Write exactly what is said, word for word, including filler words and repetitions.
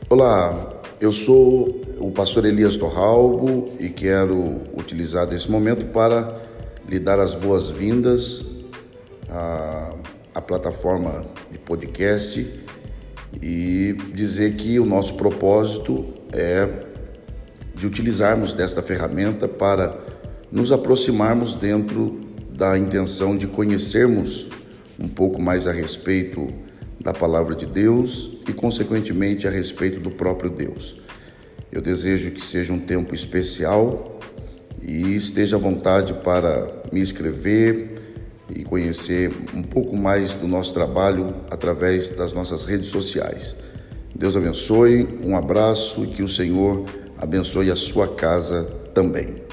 Olá, eu sou o pastor Elias Torralbo e quero utilizar desse momento para lhe dar as boas-vindas à, à plataforma de podcast e dizer que o nosso propósito é de utilizarmos desta ferramenta para nos aproximarmos dentro da intenção de conhecermos um pouco mais a respeito da palavra de Deus e, consequentemente, a respeito do próprio Deus. Eu desejo que seja um tempo especial e esteja à vontade para me escrever e conhecer um pouco mais do nosso trabalho através das nossas redes sociais. Deus abençoe, um abraço e que o Senhor abençoe a sua casa também.